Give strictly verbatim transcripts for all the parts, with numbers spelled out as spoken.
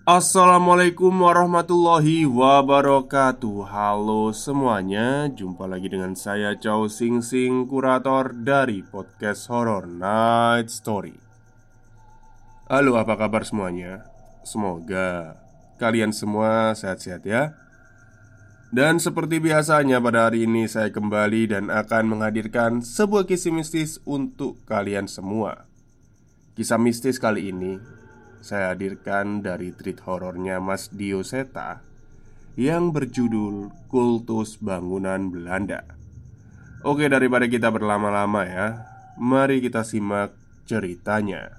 Assalamualaikum warahmatullahi wabarakatuh. Halo semuanya, jumpa lagi dengan saya Chow Sing Sing, kurator dari podcast Horror Night Story. Halo, apa kabar semuanya? Semoga kalian semua sehat-sehat ya. Dan seperti biasanya pada hari ini saya kembali dan akan menghadirkan sebuah kisah mistis untuk kalian semua. Kisah mistis kali ini saya hadirkan dari treat horornya Mas Dio Seta yang berjudul Kultus Bangunan Belanda. Oke, daripada kita berlama-lama ya, mari kita simak ceritanya.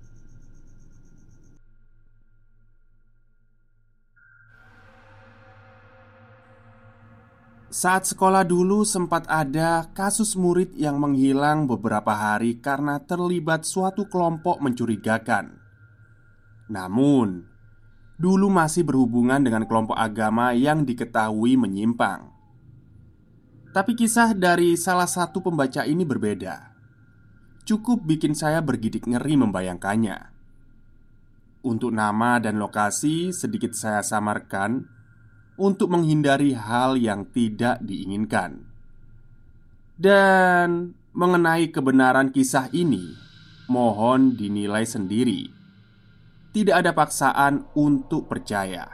Saat sekolah dulu sempat ada kasus murid yang menghilang beberapa hari karena terlibat suatu kelompok mencurigakan. Namun, dulu masih berhubungan dengan kelompok agama yang diketahui menyimpang. Tapi kisah dari salah satu pembaca ini berbeda. Cukup bikin saya bergidik ngeri membayangkannya. Untuk nama dan lokasi sedikit saya samarkan untuk menghindari hal yang tidak diinginkan. Dan mengenai kebenaran kisah ini, mohon dinilai sendiri. Tidak ada paksaan untuk percaya.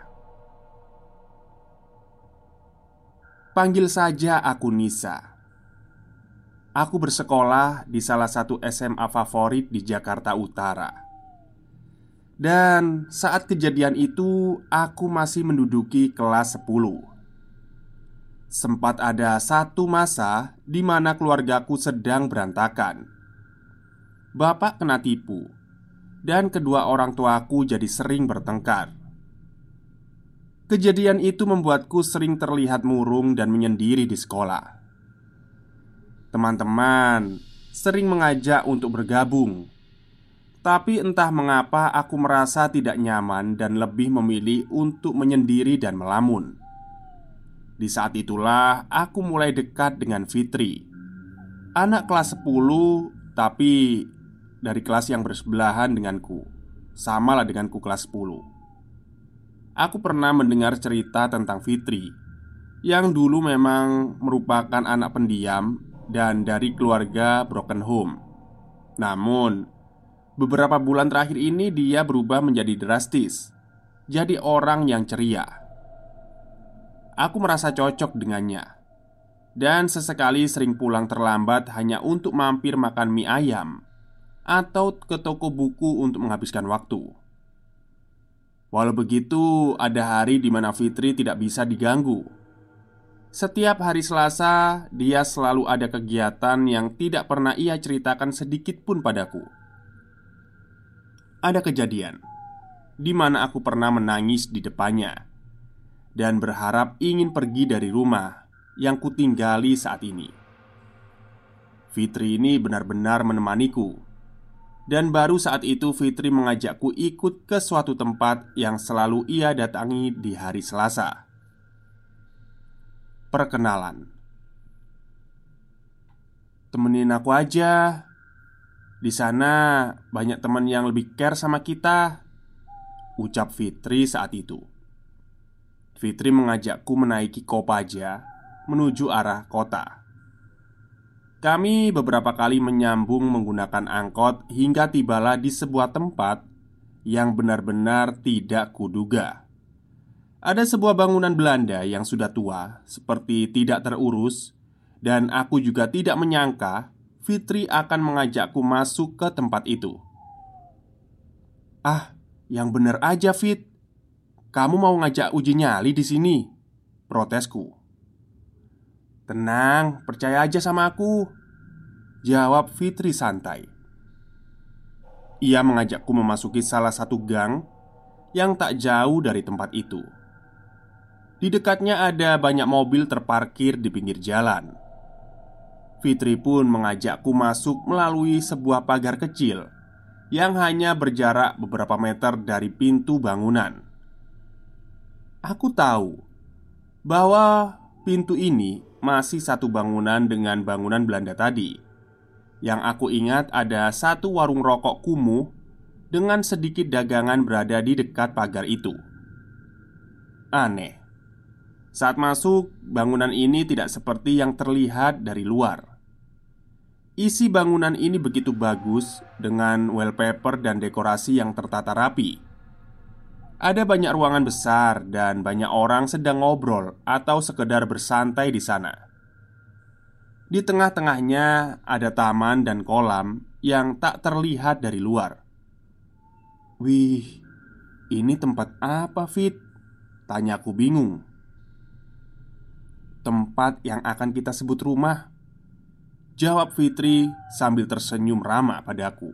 Panggil saja aku Nisa. Aku bersekolah di salah satu S M A favorit di Jakarta Utara. Dan saat kejadian itu aku masih menduduki kelas sepuluh. Sempat ada satu masa di mana keluargaku sedang berantakan. Bapak kena tipu, dan kedua orang tuaku jadi sering bertengkar. Kejadian itu membuatku sering terlihat murung dan menyendiri di sekolah. Teman-teman sering mengajak untuk bergabung, tapi entah mengapa aku merasa tidak nyaman dan lebih memilih untuk menyendiri dan melamun. Di saat itulah aku mulai dekat dengan Fitri, anak kelas sepuluh, tapi dari kelas yang bersebelahan denganku. Samalah denganku kelas sepuluh. Aku pernah mendengar cerita tentang Fitri, yang dulu memang merupakan anak pendiam dan dari keluarga broken home. Namun, beberapa bulan terakhir ini dia berubah menjadi drastis, jadi orang yang ceria. Aku merasa cocok dengannya, dan sesekali sering pulang terlambat hanya untuk mampir makan mie ayam atau ke toko buku untuk menghabiskan waktu. Walau begitu, ada hari di mana Fitri tidak bisa diganggu. Setiap hari Selasa, dia selalu ada kegiatan yang tidak pernah ia ceritakan sedikit pun padaku. Ada kejadian di mana aku pernah menangis di depannya dan berharap ingin pergi dari rumah yang kutinggali saat ini. Fitri ini benar-benar menemaniku. Dan baru saat itu Fitri mengajakku ikut ke suatu tempat yang selalu ia datangi di hari Selasa. Perkenalan. Temenin aku aja. Di sana banyak teman yang lebih care sama kita, ucap Fitri saat itu. Fitri mengajakku menaiki Kopaja menuju arah kota. Kami beberapa kali menyambung menggunakan angkot hingga tibalah di sebuah tempat yang benar-benar tidak kuduga. Ada sebuah bangunan Belanda yang sudah tua, seperti tidak terurus, dan aku juga tidak menyangka Fitri akan mengajakku masuk ke tempat itu. "Ah, yang bener aja, Fit. Kamu mau ngajak uji nyali di sini?" protesku. "Tenang, percaya aja sama aku," jawab Fitri santai. Ia mengajakku memasuki salah satu gang yang tak jauh dari tempat itu. Di dekatnya ada banyak mobil terparkir di pinggir jalan. Fitri pun mengajakku masuk melalui sebuah pagar kecil yang hanya berjarak beberapa meter dari pintu bangunan. Aku tahu bahwa pintu ini masih satu bangunan dengan bangunan Belanda tadi. Yang aku ingat ada satu warung rokok kumuh dengan sedikit dagangan berada di dekat pagar itu. Aneh, saat masuk, bangunan ini tidak seperti yang terlihat dari luar. Isi bangunan ini begitu bagus dengan wallpaper dan dekorasi yang tertata rapi. Ada banyak ruangan besar dan banyak orang sedang ngobrol atau sekedar bersantai di sana. Di tengah-tengahnya ada taman dan kolam yang tak terlihat dari luar. "Wih, ini tempat apa, Fit?" tanyaku bingung. "Tempat yang akan kita sebut rumah," jawab Fitri sambil tersenyum ramah padaku.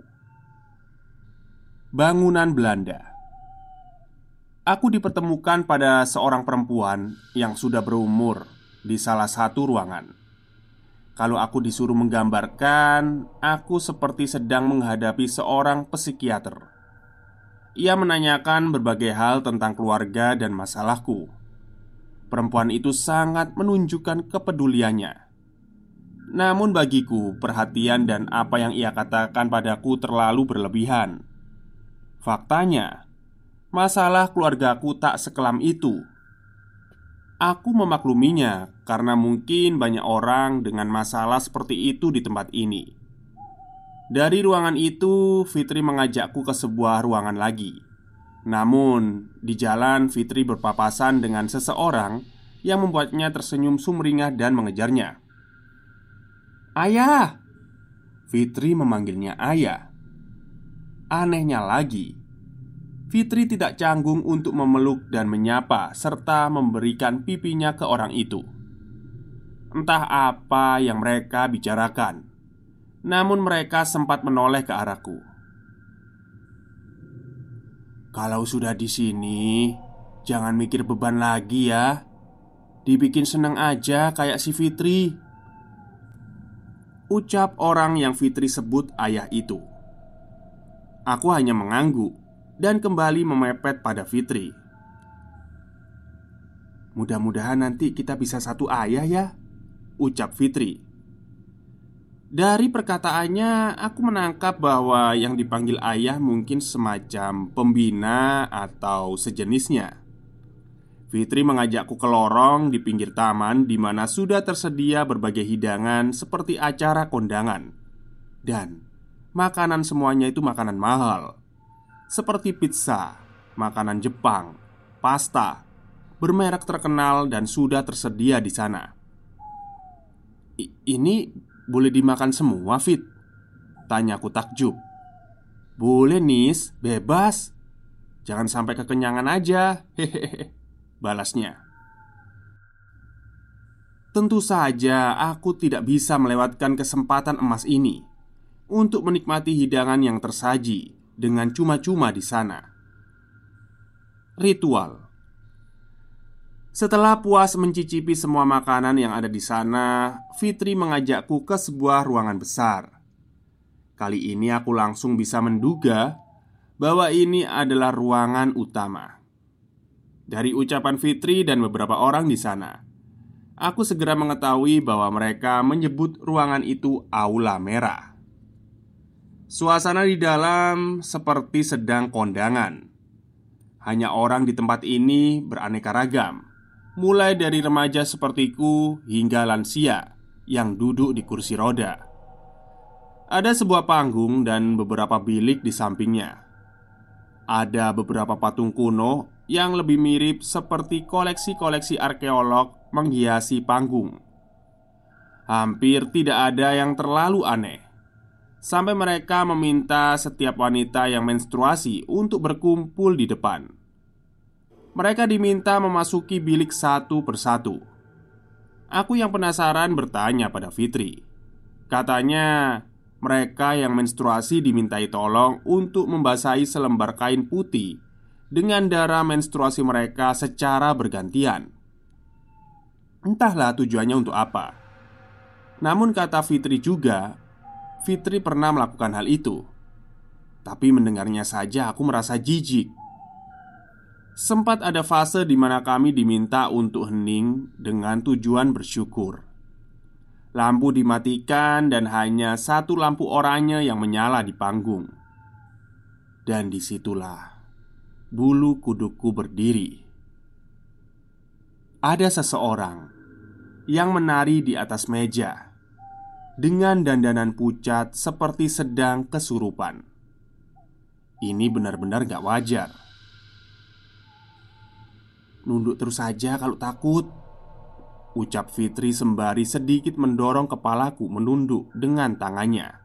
Bangunan Belanda. Aku dipertemukan pada seorang perempuan yang sudah berumur di salah satu ruangan. Kalau aku disuruh menggambarkan, aku seperti sedang menghadapi seorang psikiater. Ia menanyakan berbagai hal tentang keluarga dan masalahku. Perempuan itu sangat menunjukkan kepeduliannya. Namun bagiku, perhatian dan apa yang ia katakan padaku terlalu berlebihan. Faktanya, masalah keluargaku tak sekelam itu. Aku memakluminya karena mungkin banyak orang dengan masalah seperti itu di tempat ini. Dari ruangan itu, Fitri mengajakku ke sebuah ruangan lagi. Namun, di jalan Fitri berpapasan dengan seseorang yang membuatnya tersenyum sumringah dan mengejarnya. "Ayah!" Fitri memanggilnya ayah. Anehnya lagi, Fitri tidak canggung untuk memeluk dan menyapa serta memberikan pipinya ke orang itu. Entah apa yang mereka bicarakan, namun mereka sempat menoleh ke arahku. "Kalau sudah di sini, jangan mikir beban lagi ya. Dibikin seneng aja kayak si Fitri," ucap orang yang Fitri sebut ayah itu. Aku hanya mengangguk dan kembali memepet pada Fitri. "Mudah-mudahan nanti kita bisa satu ayah ya," ucap Fitri. Dari perkataannya, aku menangkap bahwa yang dipanggil ayah mungkin semacam pembina atau sejenisnya. Fitri mengajakku ke lorong di pinggir taman di mana sudah tersedia berbagai hidangan seperti acara kondangan. Dan makanan semuanya itu makanan mahal, seperti pizza, makanan Jepang, pasta, bermerek terkenal dan sudah tersedia di sana. I "Ini boleh dimakan semua, Fit?" tanyaku takjub. "Boleh, Nis, bebas. Jangan sampai kekenyangan aja." Hehehe, balasnya. Tentu saja aku tidak bisa melewatkan kesempatan emas ini untuk menikmati hidangan yang tersaji dengan cuma-cuma di sana. Ritual. Setelah puas mencicipi semua makanan yang ada di sana, Fitri mengajakku ke sebuah ruangan besar. Kali ini aku langsung bisa menduga bahwa ini adalah ruangan utama. Dari ucapan Fitri dan beberapa orang di sana, aku segera mengetahui bahwa mereka menyebut ruangan itu Aula Merah. Suasana di dalam seperti sedang kondangan. Hanya orang di tempat ini beraneka ragam, mulai dari remaja sepertiku hingga lansia yang duduk di kursi roda. Ada sebuah panggung dan beberapa bilik di sampingnya. Ada beberapa patung kuno yang lebih mirip seperti koleksi-koleksi arkeolog menghiasi panggung. Hampir tidak ada yang terlalu aneh, sampai mereka meminta setiap wanita yang menstruasi untuk berkumpul di depan. Mereka diminta memasuki bilik satu persatu. Aku yang penasaran bertanya pada Fitri. Katanya mereka yang menstruasi dimintai tolong untuk membasahi selembar kain putih dengan darah menstruasi mereka secara bergantian. Entahlah tujuannya untuk apa. Namun kata Fitri juga, Fitri pernah melakukan hal itu. Tapi mendengarnya saja aku merasa jijik. Sempat ada fase di mana kami diminta untuk hening dengan tujuan bersyukur. Lampu dimatikan dan hanya satu lampu oranye yang menyala di panggung. Dan disitulah bulu kudukku berdiri. Ada seseorang yang menari di atas meja dengan dandanan pucat seperti sedang kesurupan. Ini benar-benar gak wajar. "Nunduk terus saja kalau takut," ucap Fitri sembari sedikit mendorong kepalaku menunduk dengan tangannya.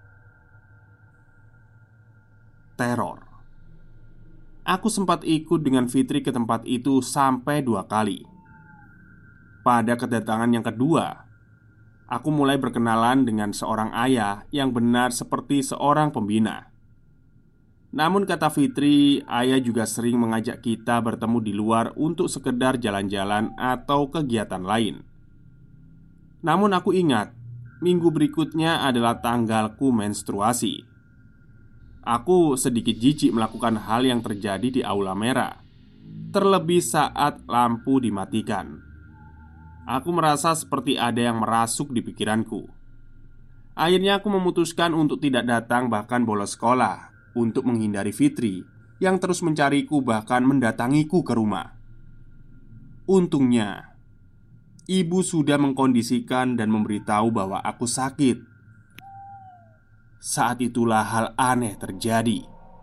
Teror. Aku sempat ikut dengan Fitri ke tempat itu sampai dua kali. Pada kedatangan yang kedua, aku mulai berkenalan dengan seorang ayah yang benar seperti seorang pembina. Namun kata Fitri, ayah juga sering mengajak kita bertemu di luar untuk sekedar jalan-jalan atau kegiatan lain. Namun aku ingat, minggu berikutnya adalah tanggalku menstruasi. Aku sedikit jijik melakukan hal yang terjadi di Aula Merah, terlebih saat lampu dimatikan. Aku merasa seperti ada yang merasuk di pikiranku. Akhirnya aku memutuskan untuk tidak datang, bahkan bolos sekolah, untuk menghindari Fitri yang terus mencariku bahkan mendatangiku ke rumah. Untungnya, ibu sudah mengkondisikan dan memberitahu bahwa aku sakit. Saat itulah hal aneh terjadi.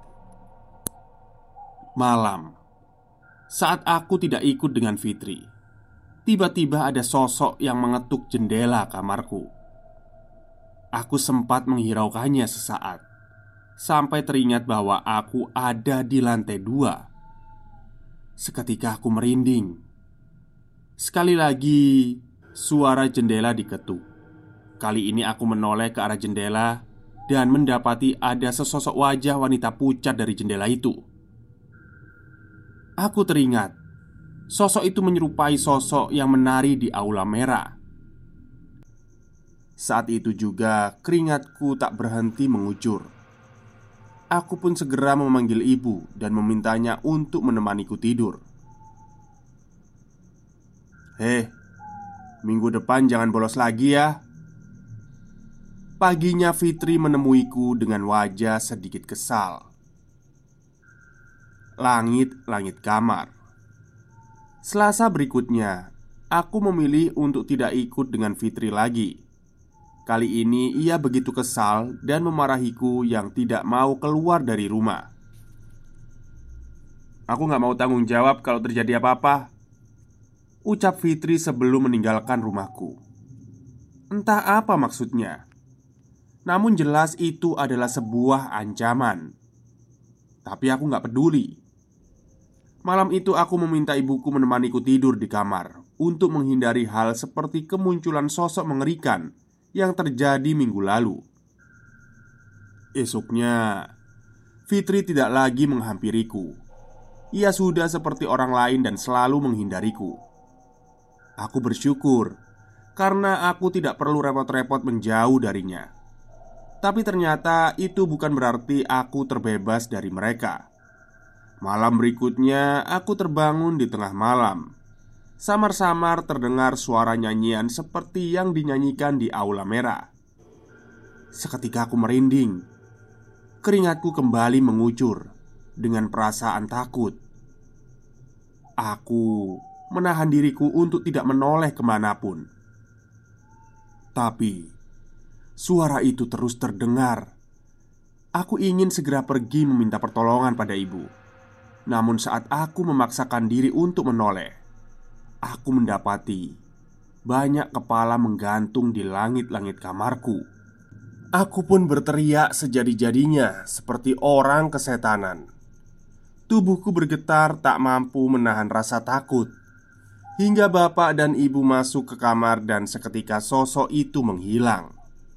Malam, saat aku tidak ikut dengan Fitri, tiba-tiba ada sosok yang mengetuk jendela kamarku. Aku sempat menghiraukannya sesaat, sampai teringat bahwa aku ada di lantai dua. Seketika aku merinding. Sekali lagi, suara jendela diketuk. Kali ini aku menoleh ke arah jendela dan mendapati ada sesosok wajah wanita pucat dari jendela itu. Aku teringat, sosok itu menyerupai sosok yang menari di Aula Merah. Saat itu juga keringatku tak berhenti mengucur. Aku pun segera memanggil ibu dan memintanya untuk menemaniku tidur. "Heh, minggu depan jangan bolos lagi ya." Paginya Fitri menemuiku dengan wajah sedikit kesal. Langit-langit kamar. Selasa berikutnya, aku memilih untuk tidak ikut dengan Fitri lagi. Kali ini ia begitu kesal dan memarahiku yang tidak mau keluar dari rumah. "Aku gak mau tanggung jawab kalau terjadi apa-apa," ucap Fitri sebelum meninggalkan rumahku. Entah apa maksudnya, namun jelas itu adalah sebuah ancaman. Tapi aku gak peduli. Malam itu aku meminta ibuku menemaniku tidur di kamar untuk menghindari hal seperti kemunculan sosok mengerikan yang terjadi minggu lalu. Esoknya, Fitri tidak lagi menghampiriku. Ia sudah seperti orang lain dan selalu menghindariku. Aku bersyukur karena aku tidak perlu repot-repot menjauh darinya. Tapi ternyata itu bukan berarti aku terbebas dari mereka. Malam berikutnya aku terbangun di tengah malam. Samar-samar terdengar suara nyanyian seperti yang dinyanyikan di Aula Merah. Seketika aku merinding. Keringatku kembali mengucur dengan perasaan takut. Aku menahan diriku untuk tidak menoleh kemanapun. Tapi suara itu terus terdengar. Aku ingin segera pergi meminta pertolongan pada ibu. Namun saat aku memaksakan diri untuk menoleh, aku mendapati banyak kepala menggantung di langit-langit kamarku. Aku pun berteriak sejadi-jadinya seperti orang kesetanan. Tubuhku bergetar tak mampu menahan rasa takut. Hingga bapak dan ibu masuk ke kamar dan seketika sosok itu menghilang.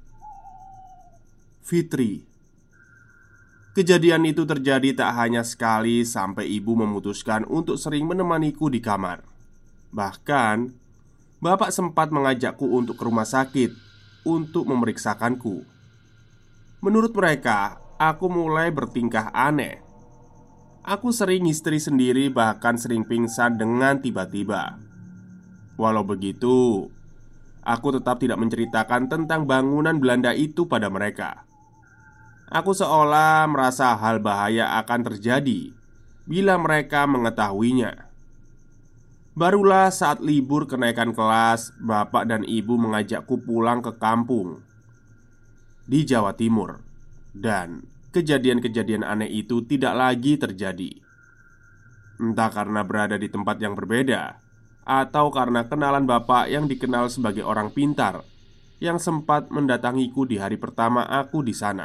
Fitri. Kejadian itu terjadi tak hanya sekali sampai ibu memutuskan untuk sering menemaniku di kamar. Bahkan, bapak sempat mengajakku untuk ke rumah sakit untuk memeriksakanku. Menurut mereka, aku mulai bertingkah aneh. Aku sering istri sendiri, bahkan sering pingsan dengan tiba-tiba. Walau begitu, aku tetap tidak menceritakan tentang bangunan Belanda itu pada mereka. Aku seolah merasa hal bahaya akan terjadi bila mereka mengetahuinya. Barulah saat libur kenaikan kelas, bapak dan ibu mengajakku pulang ke kampung di Jawa Timur. Dan kejadian-kejadian aneh itu tidak lagi terjadi. Entah karena berada di tempat yang berbeda, atau karena kenalan bapak yang dikenal sebagai orang pintar yang sempat mendatangiku di hari pertama aku di sana.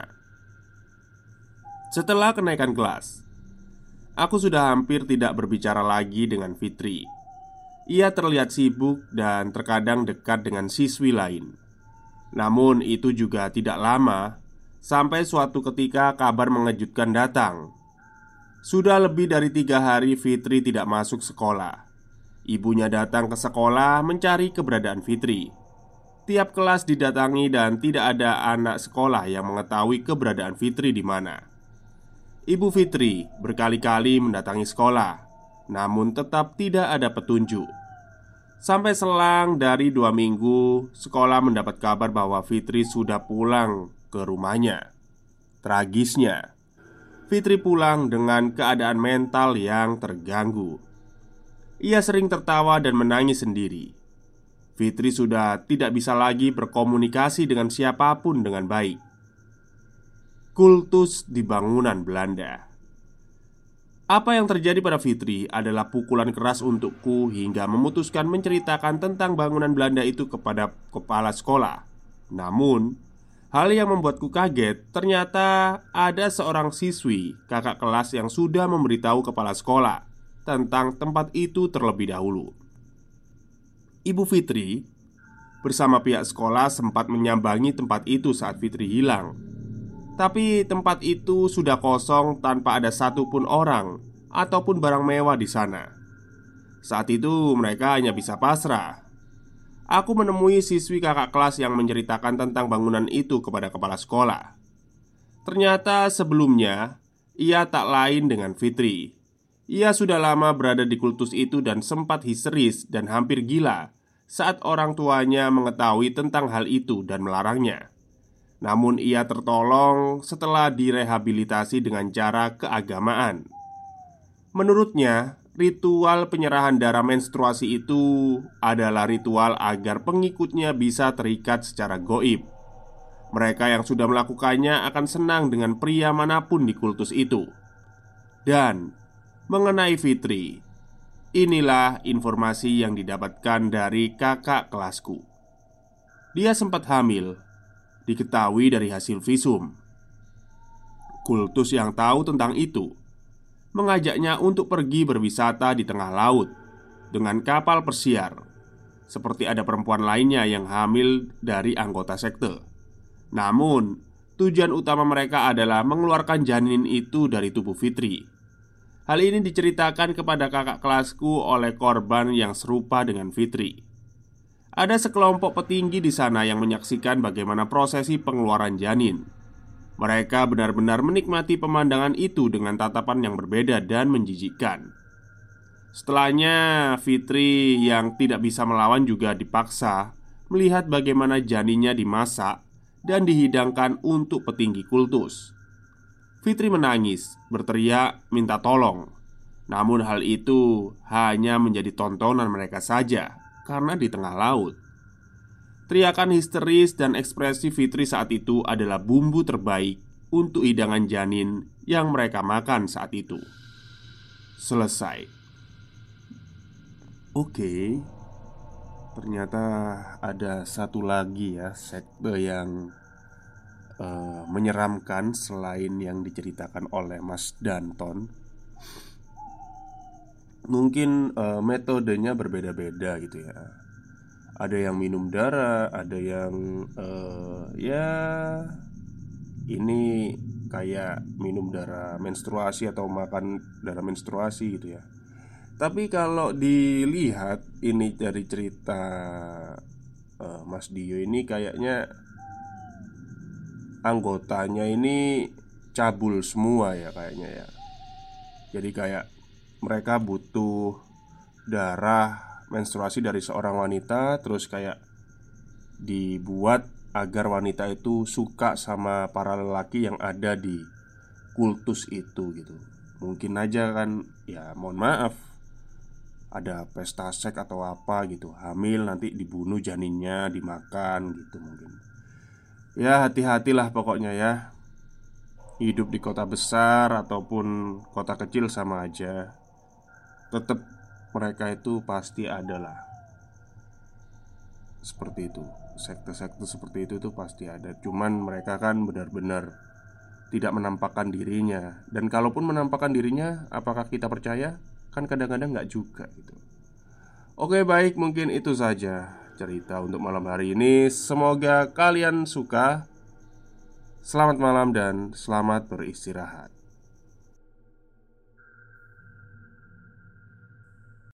Setelah kenaikan kelas, aku sudah hampir tidak berbicara lagi dengan Fitri. Ia terlihat sibuk dan terkadang dekat dengan siswi lain. Namun itu juga tidak lama, sampai suatu ketika kabar mengejutkan datang. Sudah lebih dari tiga hari Fitri tidak masuk sekolah. Ibunya datang ke sekolah mencari keberadaan Fitri. Tiap kelas didatangi dan tidak ada anak sekolah yang mengetahui keberadaan Fitri di mana. Ibu Fitri berkali-kali mendatangi sekolah, namun tetap tidak ada petunjuk. Sampai selang dari dua minggu, sekolah mendapat kabar bahwa Fitri sudah pulang ke rumahnya. Tragisnya, Fitri pulang dengan keadaan mental yang terganggu. Ia sering tertawa dan menangis sendiri. Fitri sudah tidak bisa lagi berkomunikasi dengan siapapun dengan baik. Kultus di bangunan Belanda. Apa yang terjadi pada Fitri adalah pukulan keras untukku hingga memutuskan menceritakan tentang bangunan Belanda itu kepada kepala sekolah. Namun, hal yang membuatku kaget, ternyata ada seorang siswi kakak kelas yang sudah memberitahu kepala sekolah tentang tempat itu terlebih dahulu. Ibu Fitri bersama pihak sekolah sempat menyambangi tempat itu saat Fitri hilang. Tapi tempat itu sudah kosong tanpa ada satupun orang ataupun barang mewah di sana. Saat itu mereka hanya bisa pasrah. Aku menemui siswi kakak kelas yang menceritakan tentang bangunan itu kepada kepala sekolah. Ternyata sebelumnya ia tak lain dengan Fitri. Ia sudah lama berada di kultus itu dan sempat histeris dan hampir gila saat orang tuanya mengetahui tentang hal itu dan melarangnya. Namun ia tertolong setelah direhabilitasi dengan cara keagamaan. Menurutnya, ritual penyerahan darah menstruasi itu adalah ritual agar pengikutnya bisa terikat secara goib. Mereka yang sudah melakukannya akan senang dengan pria manapun di kultus itu. Dan mengenai Fitri, inilah informasi yang didapatkan dari kakak kelasku. Dia sempat hamil, diketahui dari hasil visum. Kultus yang tahu tentang itu mengajaknya untuk pergi berwisata di tengah laut dengan kapal persiar, seperti ada perempuan lainnya yang hamil dari anggota sekte. Namun, tujuan utama mereka adalah mengeluarkan janin itu dari tubuh Fitri. Hal ini diceritakan kepada kakak kelasku oleh korban yang serupa dengan Fitri. Ada sekelompok petinggi di sana yang menyaksikan bagaimana prosesi pengeluaran janin. Mereka benar-benar menikmati pemandangan itu dengan tatapan yang berbeda dan menjijikkan. Setelahnya, Fitri yang tidak bisa melawan juga dipaksa melihat bagaimana janinnya dimasak dan dihidangkan untuk petinggi kultus. Fitri menangis, berteriak, minta tolong. Namun hal itu hanya menjadi tontonan mereka saja karena di tengah laut. Teriakan histeris dan ekspresi Fitri saat itu adalah bumbu terbaik untuk hidangan janin yang mereka makan saat itu. Selesai. Oke, ternyata ada satu lagi ya sekte yang uh, menyeramkan selain yang diceritakan oleh Mas Danton. Mungkin uh, metodenya berbeda-beda gitu ya. Ada yang minum darah, ada yang uh, ya ini kayak minum darah menstruasi atau makan darah menstruasi gitu ya. Tapi kalau dilihat ini dari cerita uh, Mas Dio ini kayaknya anggotanya ini cabul semua ya kayaknya ya. Jadi kayak mereka butuh darah menstruasi dari seorang wanita, terus kayak dibuat agar wanita itu suka sama para lelaki yang ada di kultus itu gitu. Mungkin aja kan, ya mohon maaf, ada pesta seks atau apa gitu, hamil nanti dibunuh janinnya, dimakan gitu mungkin. Ya hati-hatilah pokoknya ya. Hidup di kota besar ataupun kota kecil sama aja. Tetap mereka itu pasti ada lah. Seperti itu. Sekte-sekte seperti itu tuh pasti ada. Cuman mereka kan benar-benar tidak menampakkan dirinya. Dan kalaupun menampakkan dirinya, apakah kita percaya? Kan kadang-kadang nggak juga gitu. Oke baik, mungkin itu saja cerita untuk malam hari ini. Semoga kalian suka. Selamat malam dan selamat beristirahat.